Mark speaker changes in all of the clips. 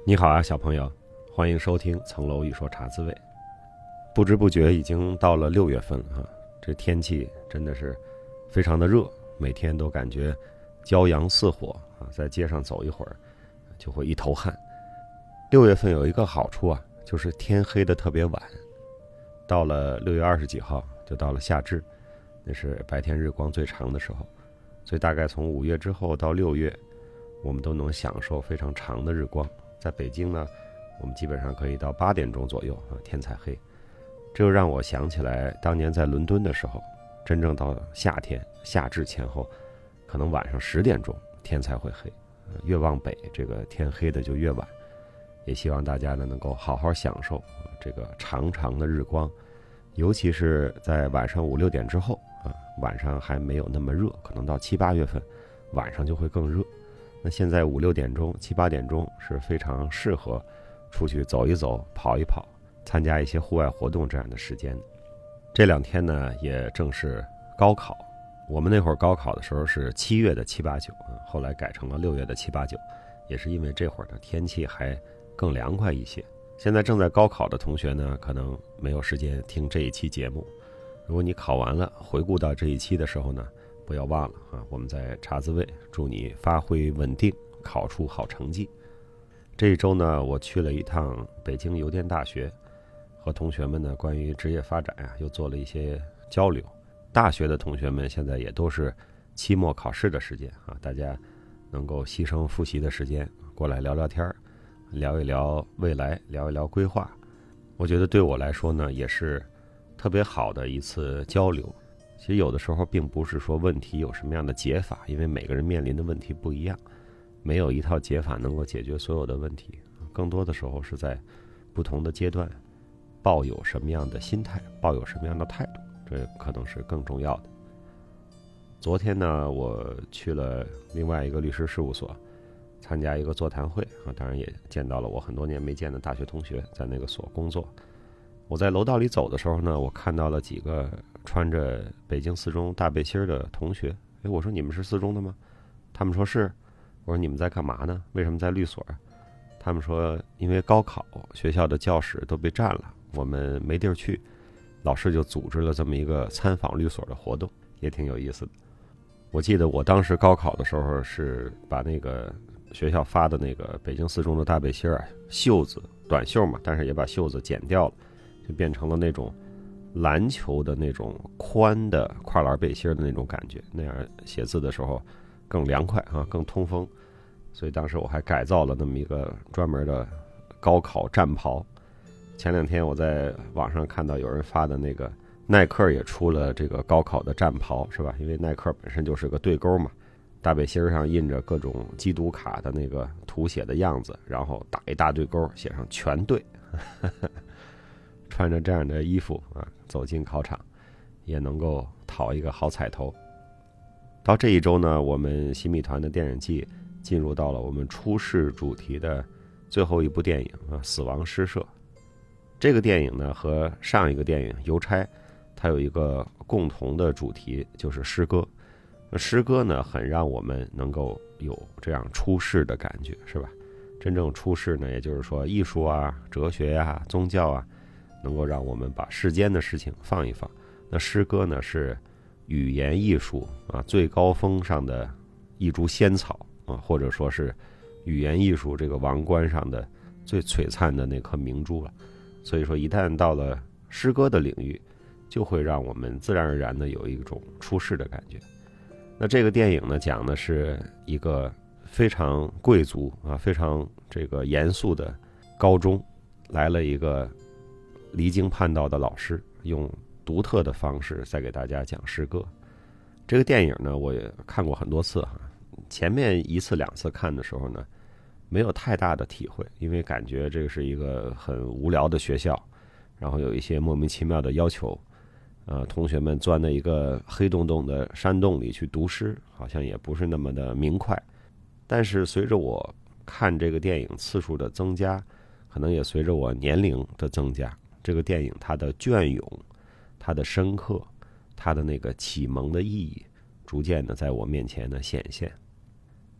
Speaker 1: 你好啊，小朋友，欢迎收听层楼一说茶滋味。不知不觉已经到了6月份了啊，这天气真的是非常的热，每天都感觉骄阳似火啊，在街上走一会儿就会一头汗。6月份有一个好处啊，就是天黑的特别晚。到了6月20几号就到了夏至，那是白天日光最长的时候，所以大概从5月之后到6月，我们都能享受非常长的日光。在北京呢，我们基本上可以到8点钟左右啊，天才黑。这就让我想起来当年在伦敦的时候，真正到夏天夏至前后，可能晚上10点钟天才会黑，越往北这个天黑的就越晚。也希望大家呢能够好好享受这个长长的日光，尤其是在晚上5、6点之后啊，晚上还没有那么热，可能到7、8月份晚上就会更热。那现在5、6点钟、7、8点钟是非常适合出去走一走、跑一跑、参加一些户外活动这样的时间。这2天呢也正是高考，我们那会儿高考的时候是7月的7、8、9，后来改成了6月的7、8、9，也是因为这会儿的天气还更凉快一些。现在正在高考的同学呢，可能没有时间听这一期节目。如果你考完了，回顾到这一期的时候呢，不要忘了啊，我们在茶滋味祝你发挥稳定，考出好成绩。这一周呢，我去了一趟北京邮电大学，和同学们呢关于职业发展又做了一些交流。大学的同学们现在也都是期末考试的时间啊，大家能够牺牲复习的时间过来聊聊天，聊一聊未来，聊一聊规划。我觉得对我来说呢，也是特别好的一次交流。其实有的时候并不是说问题有什么样的解法，因为每个人面临的问题不一样，没有一套解法能够解决所有的问题。更多的时候是在不同的阶段抱有什么样的心态，抱有什么样的态度，这可能是更重要的。昨天呢，我去了另外一个律师事务所参加一个座谈会啊，当然也见到了我很多年没见的大学同学，在那个所工作。我在楼道里走的时候呢，我看到了几个穿着北京四中大背心的同学。我说你们是四中的吗？他们说是。我说你们在干嘛呢？为什么在律所？他们说因为高考学校的教室都被占了，我们没地儿去，老师就组织了这么一个参访律所的活动，也挺有意思的。我记得我当时高考的时候是把那个学校发的那个北京四中的大背心袖子短袖嘛，但是也把袖子剪掉了，就变成了那种篮球的那种宽的跨栏背心的那种感觉，那样写字的时候更凉快啊，更通风。所以当时我还改造了那么一个专门的高考战袍。前2天我在网上看到有人发的那个耐克也出了这个高考的战袍，是吧？因为耐克本身就是个对勾嘛，大背心上印着各种基督卡的那个图写的样子，然后打一大对勾，写上全对。穿着这样的衣服啊，走进考场也能够讨一个好彩头。到这一周呢，我们新密团的电影季进入到了我们初试主题的最后一部电影啊，《死亡诗社》。这个电影呢和上一个电影《邮差》它有一个共同的主题，就是诗歌。诗歌呢很让我们能够有这样出世的感觉，是吧？真正出世呢，也就是说艺术啊、哲学呀、宗教啊，能够让我们把世间的事情放一放。那诗歌呢是语言艺术啊最高峰上的一株仙草啊，或者说是语言艺术这个王冠上的最璀璨的那颗明珠了。所以说一旦到了诗歌的领域，就会让我们自然而然的有一种出世的感觉。那这个电影呢，讲的是一个非常贵族啊，非常这个严肃的高中，来了一个离经叛道的老师，用独特的方式在给大家讲诗歌。这个电影呢，我也看过很多次哈，前面1次2次看的时候呢，没有太大的体会，因为感觉这是一个很无聊的学校，然后有一些莫名其妙的要求，同学们钻到一个黑洞洞的山洞里去读诗，好像也不是那么的明快。但是随着我看这个电影次数的增加，可能也随着我年龄的增加，这个电影它的隽永、它的深刻、它的那个启蒙的意义，逐渐的在我面前的显现。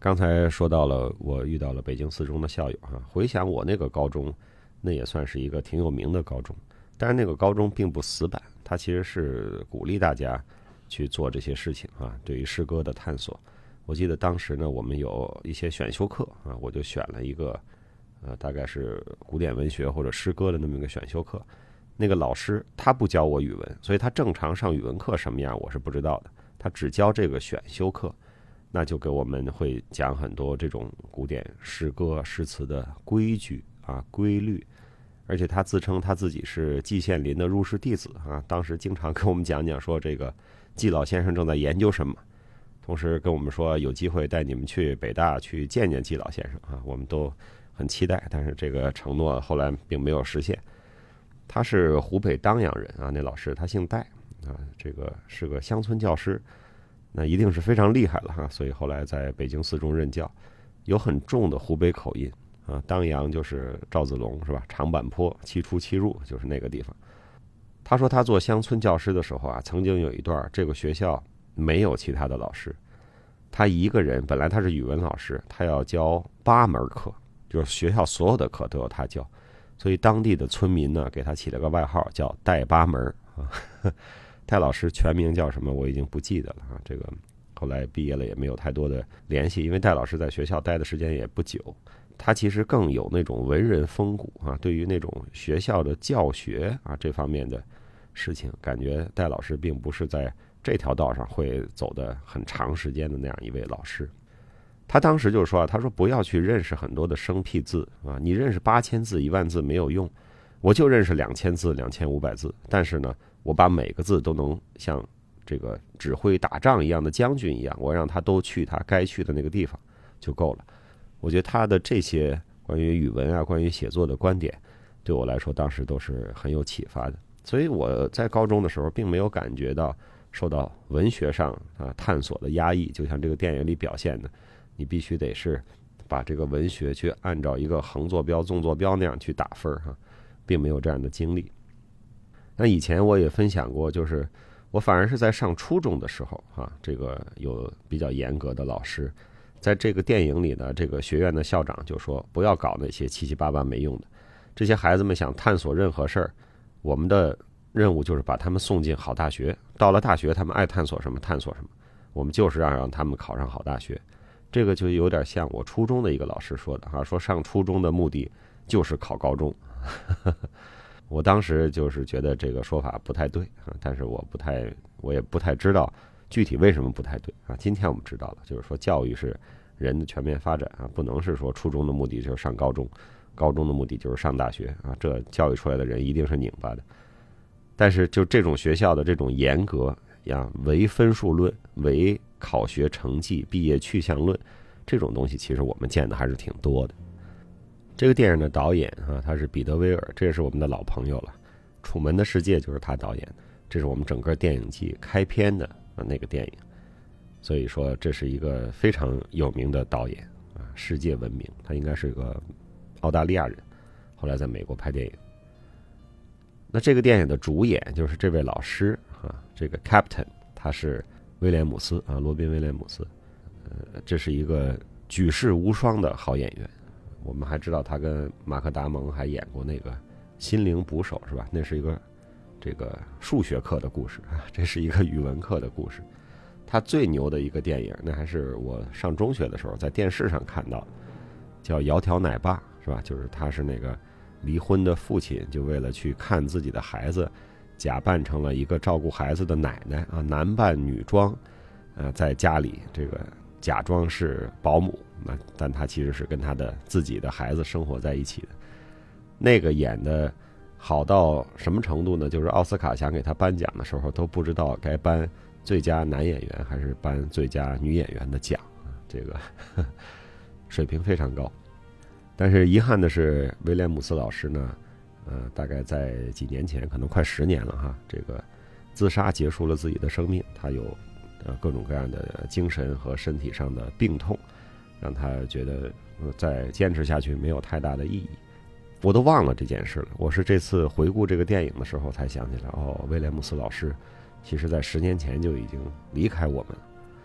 Speaker 1: 刚才说到了我遇到了北京四中的校友回想我那个高中，那也算是一个挺有名的高中，但是那个高中并不死板，它其实是鼓励大家去做这些事情对于诗歌的探索。我记得当时呢，我们有一些选修课我就选了一个大概是古典文学或者诗歌的那么一个选修课。那个老师他不教我语文，所以他正常上语文课什么样我是不知道的，他只教这个选修课，那就给我们会讲很多这种古典诗歌诗词的规矩规律，而且他自称他自己是季羡林的入室弟子当时经常跟我们讲说这个季老先生正在研究什么，同时跟我们说有机会带你们去北大去见见季老先生我们都很期待，但是这个承诺后来并没有实现。他是湖北当阳人那老师他姓戴这个是个乡村教师，那一定是非常厉害了所以后来在北京四中任教，有很重的湖北口音当阳就是赵子龙是吧？长坂坡七出七入就是那个地方。他说他做乡村教师的时候曾经有一段这个学校没有其他的老师，他一个人，本来他是语文老师，他要教8门课，就是学校所有的课都由他教，所以当地的村民呢给他起了个外号叫戴8门戴老师全名叫什么我已经不记得了这个后来毕业了也没有太多的联系，因为戴老师在学校待的时间也不久。他其实更有那种文人风骨对于那种学校的教学这方面的事情，感觉戴老师并不是在这条道上会走得很长时间的那样一位老师。他当时就说他说不要去认识很多的生僻字你认识8000字10000字没有用，我就认识2000字2500字，但是呢我把每个字都能像这个指挥打仗一样的将军一样，我让他都去他该去的那个地方就够了。我觉得他的这些关于语文关于写作的观点对我来说当时都是很有启发的，所以我在高中的时候并没有感觉到受到文学上探索的压抑，就像这个电影里表现的，你必须得是把这个文学去按照一个横坐标纵坐标那样去打分并没有这样的经历。那以前我也分享过，就是我反而是在上初中的时候这个有比较严格的老师，在这个电影里呢，这个学院的校长就说不要搞那些七七八八没用的，这些孩子们想探索任何事儿，我们的任务就是把他们送进好大学，到了大学他们爱探索什么探索什么，我们就是让他们考上好大学。这个就有点像我初中的一个老师说的说上初中的目的就是考高中我当时就是觉得这个说法不太对但是我也不太知道具体为什么不太对今天我们知道了，就是说教育是人的全面发展不能是说初中的目的就是上高中，高中的目的就是上大学这教育出来的人一定是拧巴的。但是就这种学校的这种严格唯分数论、唯考学成绩、毕业去向论，这种东西其实我们见的还是挺多的。这个电影的导演他是彼得威尔，这也是我们的老朋友了，《楚门的世界》就是他导演的，这是我们整个电影季开篇的那个电影，所以说这是一个非常有名的导演世界闻名。他应该是个澳大利亚人，后来在美国拍电影。那这个电影的主演就是这位老师这个 Captain， 他是威廉姆斯罗宾威廉姆斯，这是一个举世无双的好演员。我们还知道他跟马克达蒙还演过那个《心灵捕手》是吧？那是一个这个数学课的故事这是一个语文课的故事。他最牛的一个电影，那还是我上中学的时候在电视上看到，叫《窈窕奶爸》是吧？就是他是那个离婚的父亲，就为了去看自己的孩子，假扮成了一个照顾孩子的奶奶男扮女装，在家里这个假装是保姆，但他其实是跟他的自己的孩子生活在一起的。那个演的好到什么程度呢？就是奥斯卡想给他颁奖的时候都不知道该颁最佳男演员还是颁最佳女演员的奖，这个水平非常高。但是遗憾的是，威廉姆斯老师呢，大概在几年前，可能快10年了这个自杀结束了自己的生命。他有各种各样的精神和身体上的病痛，让他觉得再坚持下去没有太大的意义。我都忘了这件事了，我是这次回顾这个电影的时候才想起来，威廉姆斯老师其实在10年前就已经离开我们了。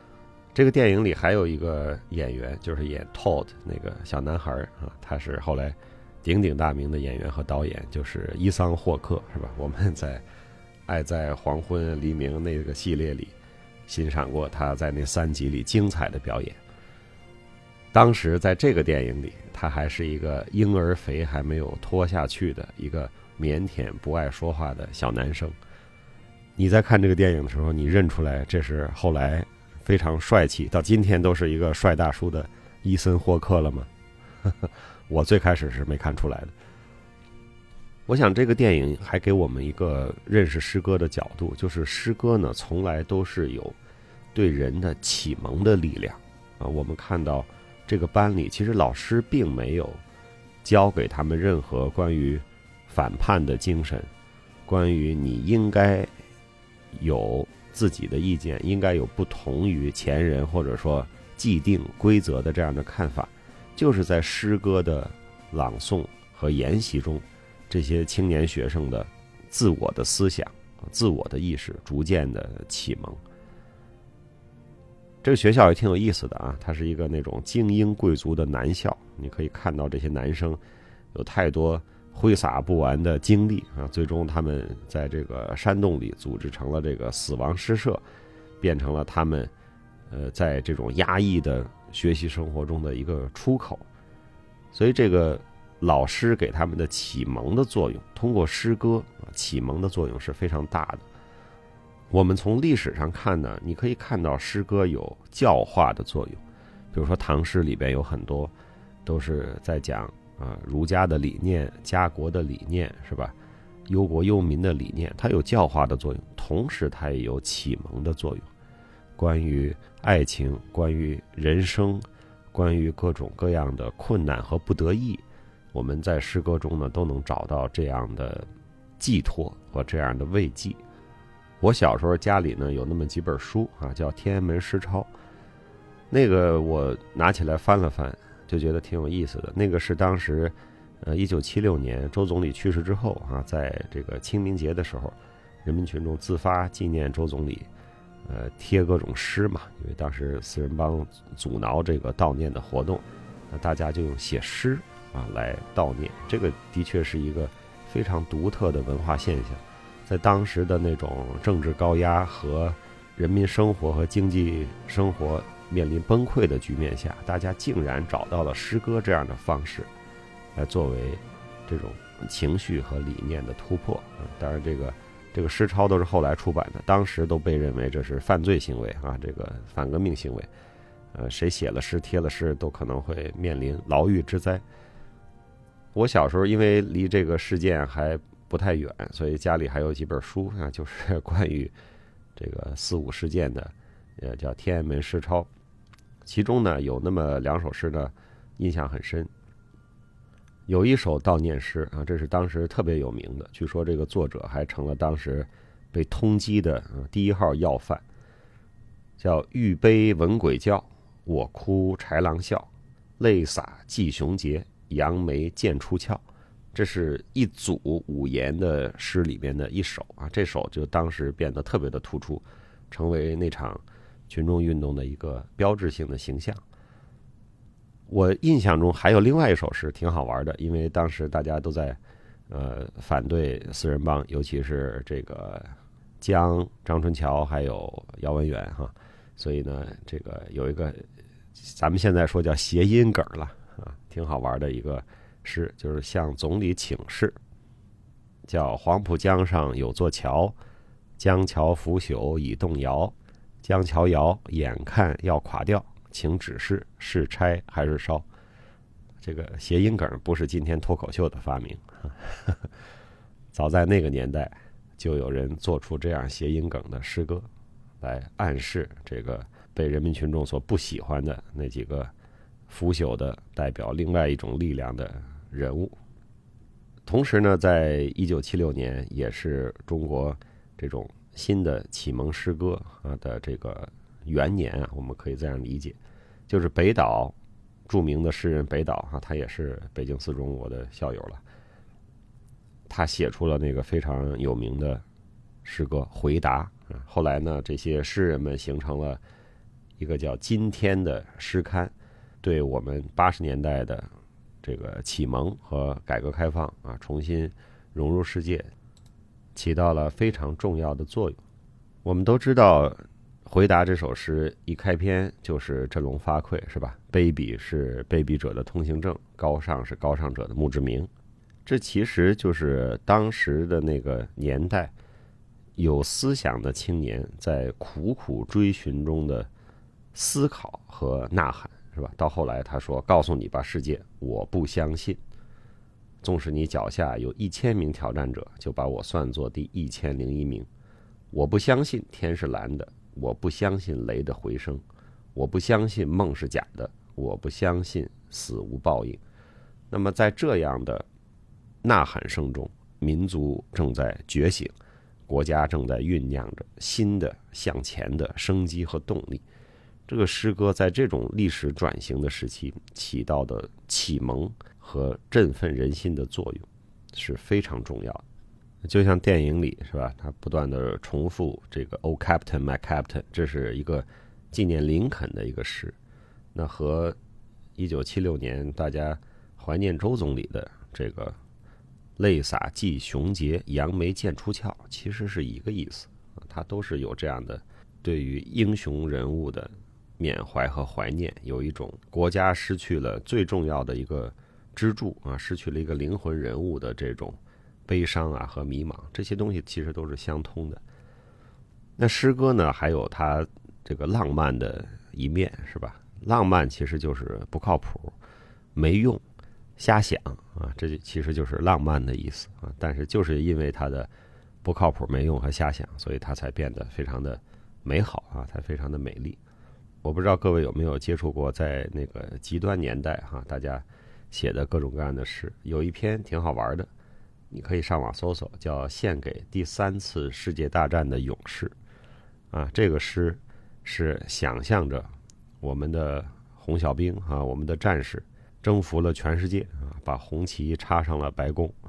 Speaker 1: 这个电影里还有一个演员，就是演 Todd 那个小男孩啊，他是后来鼎鼎大名的演员和导演，就是伊桑霍克，是吧？我们在《爱在黄昏黎明》那个系列里欣赏过他在那3集里精彩的表演。当时在这个电影里，他还是一个婴儿肥还没有脱下去的一个腼腆不爱说话的小男生。你在看这个电影的时候，你认出来这是后来非常帅气，到今天都是一个帅大叔的伊森霍克了吗？我最开始是没看出来的。我想这个电影还给我们一个认识诗歌的角度，就是诗歌呢从来都是有对人的启蒙的力量啊。我们看到这个班里，其实老师并没有教给他们任何关于反叛的精神，关于你应该有自己的意见，应该有不同于前人或者说既定规则的这样的看法，就是在诗歌的朗诵和研习中，这些青年学生的自我的思想、自我的意识逐渐的启蒙。这个学校也挺有意思的啊，它是一个那种精英贵族的男校，你可以看到这些男生有太多挥洒不完的精力啊，最终他们在这个山洞里组织成了这个死亡诗社，变成了他们在这种压抑的学习生活中的一个出口。所以这个老师给他们的启蒙的作用，通过诗歌启蒙的作用是非常大的。我们从历史上看呢，你可以看到诗歌有教化的作用，比如说唐诗里边有很多都是在讲儒家的理念、家国的理念，是吧？忧国忧民的理念，它有教化的作用，同时它也有启蒙的作用。关于爱情，关于人生，关于各种各样的困难和不得已，我们在诗歌中呢都能找到这样的寄托和这样的慰藉。我小时候家里呢有那么几本书啊，叫《天安门诗抄》，那个我拿起来翻了翻，就觉得挺有意思的。那个是当时1976年周总理去世之后啊，在这个清明节的时候，人民群众自发纪念周总理，贴各种诗嘛，因为当时四人帮阻挠这个悼念的活动，那大家就用写诗啊来悼念。这个的确是一个非常独特的文化现象，在当时的那种政治高压和人民生活和经济生活面临崩溃的局面下，大家竟然找到了诗歌这样的方式来作为这种情绪和理念的突破。当然这个诗抄都是后来出版的，当时都被认为这是犯罪行为啊，这个反革命行为，谁写了诗贴了诗都可能会面临牢狱之灾。我小时候因为离这个事件还不太远，所以家里还有几本书啊，就是关于这个4·5事件的，叫《天安门诗抄》，其中呢有那么2首诗呢印象很深。有一首悼念诗啊，这是当时特别有名的，据说这个作者还成了当时被通缉的第1号要犯，叫“玉杯闻鬼叫，我哭豺狼笑，泪洒季雄节，杨梅渐出鞘”。这是一组5言的诗里面的一首啊，这首就当时变得特别的突出，成为那场群众运动的一个标志性的形象。我印象中还有另外一首诗挺好玩的，因为当时大家都在反对四人帮，尤其是这个张春桥还有姚文元哈，所以呢这个有一个咱们现在说叫谐音梗了啊，挺好玩的一个诗，就是向总理请示，叫黄浦江上有座桥，江桥腐朽已动摇，江桥摇眼看要垮掉，请指示是拆还是烧。这个谐音梗不是今天脱口秀的发明，早在那个年代就有人做出这样谐音梗的诗歌，来暗示这个被人民群众所不喜欢的那几个腐朽的代表另外一种力量的人物。同时呢，在1976年也是中国这种新的启蒙诗歌的这个元年啊，我们可以这样理解，就是北岛著名的诗人北岛啊，他也是北京四中我的校友了，他写出了那个非常有名的诗歌《回答》。后来呢，这些诗人们形成了一个叫《今天》的诗刊，对我们80年代的这个启蒙和改革开放啊，重新融入世界，起到了非常重要的作用。我们都知道，回答这首诗一开篇就是振聋发聩，是吧？卑鄙是卑鄙者的通行证，高尚是高尚者的墓志铭。这其实就是当时的那个年代，有思想的青年在苦苦追寻中的思考和呐喊，是吧？到后来他说：“告诉你吧，世界，我不相信。纵使你脚下有1000名挑战者，就把我算作第1001名。我不相信天是蓝的，我不相信雷的回声，我不相信梦是假的，我不相信死无报应。”那么在这样的呐喊声中，民族正在觉醒，国家正在酝酿着新的向前的生机和动力。这个诗歌在这种历史转型的时期起到的启蒙和振奋人心的作用是非常重要的。就像电影里，是吧？他不断的重复这个 "Oh Captain, my Captain"， 这是一个纪念林肯的一个诗。那和1976年大家怀念周总理的这个泪洒继雄杰，扬眉剑出鞘，其实是一个意思。它都是有这样的对于英雄人物的缅怀和怀念，有一种国家失去了最重要的一个支柱啊，失去了一个灵魂人物的这种悲伤啊和迷茫，这些东西其实都是相通的。那诗歌呢，还有它这个浪漫的一面，是吧？浪漫其实就是不靠谱、没用、瞎想啊，这其实就是浪漫的意思啊。但是就是因为它的不靠谱、没用和瞎想，所以它才变得非常的美好啊，才非常的美丽。我不知道各位有没有接触过，在那个极端年代哈，大家写的各种各样的诗，有一篇挺好玩的，你可以上网搜搜，叫《献给第3次世界大战的勇士》啊。这个诗是想象着我们的红小兵啊，我们的战士征服了全世界啊，把红旗插上了白宫，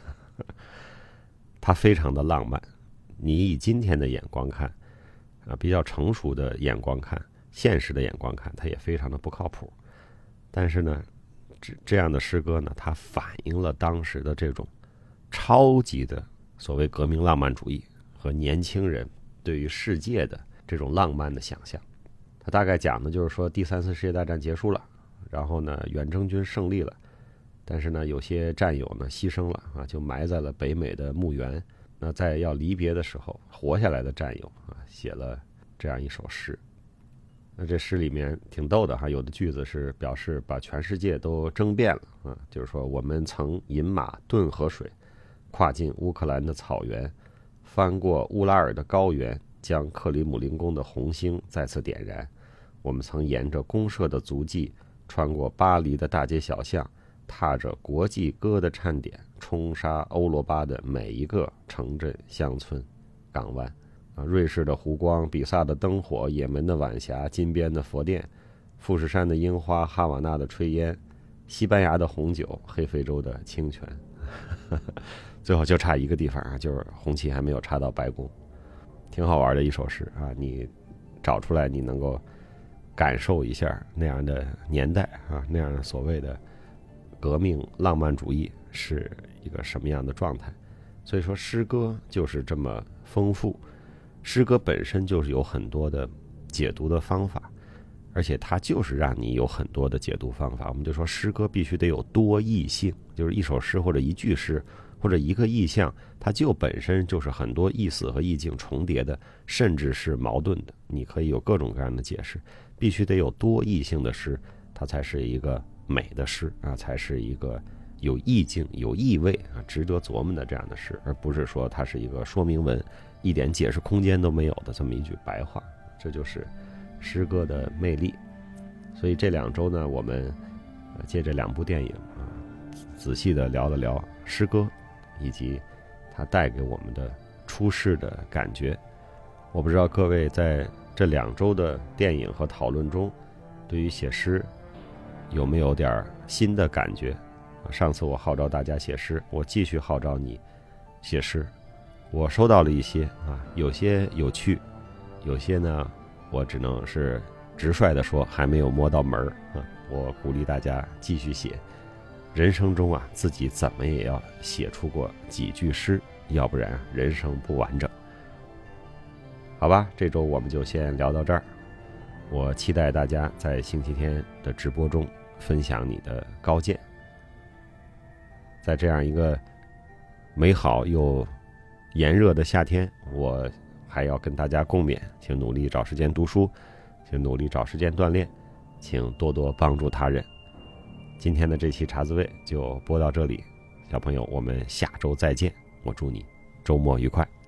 Speaker 1: 它非常的浪漫。你以今天的眼光看啊，比较成熟的眼光看，现实的眼光看，它也非常的不靠谱。但是呢，这样的诗歌呢，它反映了当时的这种超级的所谓革命浪漫主义和年轻人对于世界的这种浪漫的想象。它大概讲的就是说，第3次世界大战结束了，然后呢，远征军胜利了，但是呢，有些战友呢牺牲了啊，就埋在了北美的墓园。那在要离别的时候，活下来的战友啊，写了这样一首诗。那这诗里面挺逗的哈，有的句子是表示把全世界都争遍了啊，就是说我们曾饮马顿河水，跨进乌克兰的草原，翻过乌拉尔的高原，将克里姆林宫的红星再次点燃。我们曾沿着公社的足迹，穿过巴黎的大街小巷，踏着国际歌的颤点，冲杀欧罗巴的每一个城镇、乡村、港湾。瑞士的湖光，比萨的灯火，也门的晚霞，金边的佛殿，富士山的樱花，哈瓦那的炊烟，西班牙的红酒，黑非洲的清泉。最后就差一个地方啊，就是红旗还没有插到白宫。挺好玩的一首诗啊，你找出来，你能够感受一下那样的年代啊，那样的所谓的革命浪漫主义是一个什么样的状态。所以说诗歌就是这么丰富，诗歌本身就是有很多的解读的方法，而且它就是让你有很多的解读方法。我们就说诗歌必须得有多义性，就是一首诗或者一句诗或者一个意象，它就本身就是很多意思和意境重叠的，甚至是矛盾的，你可以有各种各样的解释。必须得有多义性的诗，它才是一个美的诗啊，才是一个有意境有意味啊，值得琢磨的这样的诗，而不是说它是一个说明文，一点解释空间都没有的这么一句白话。这就是诗歌的魅力。所以这2周呢，我们借这2部电影啊，仔细的聊了聊诗歌以及它带给我们的出世的感觉。我不知道各位在这2周的电影和讨论中，对于写诗有没有点新的感觉？上次我号召大家写诗，我继续号召你写诗。我收到了一些啊，有些有趣，有些呢，我只能是直率地说还没有摸到门儿啊。我鼓励大家继续写，人生中啊自己怎么也要写出过几句诗，要不然人生不完整。好吧，这周我们就先聊到这儿。我期待大家在星期天的直播中分享你的高见。在这样一个美好又炎热的夏天，我还要跟大家共勉，请努力找时间读书，请努力找时间锻炼，请多多帮助他人。今天的这期茶滋味就播到这里，小朋友，我们下周再见。我祝你周末愉快。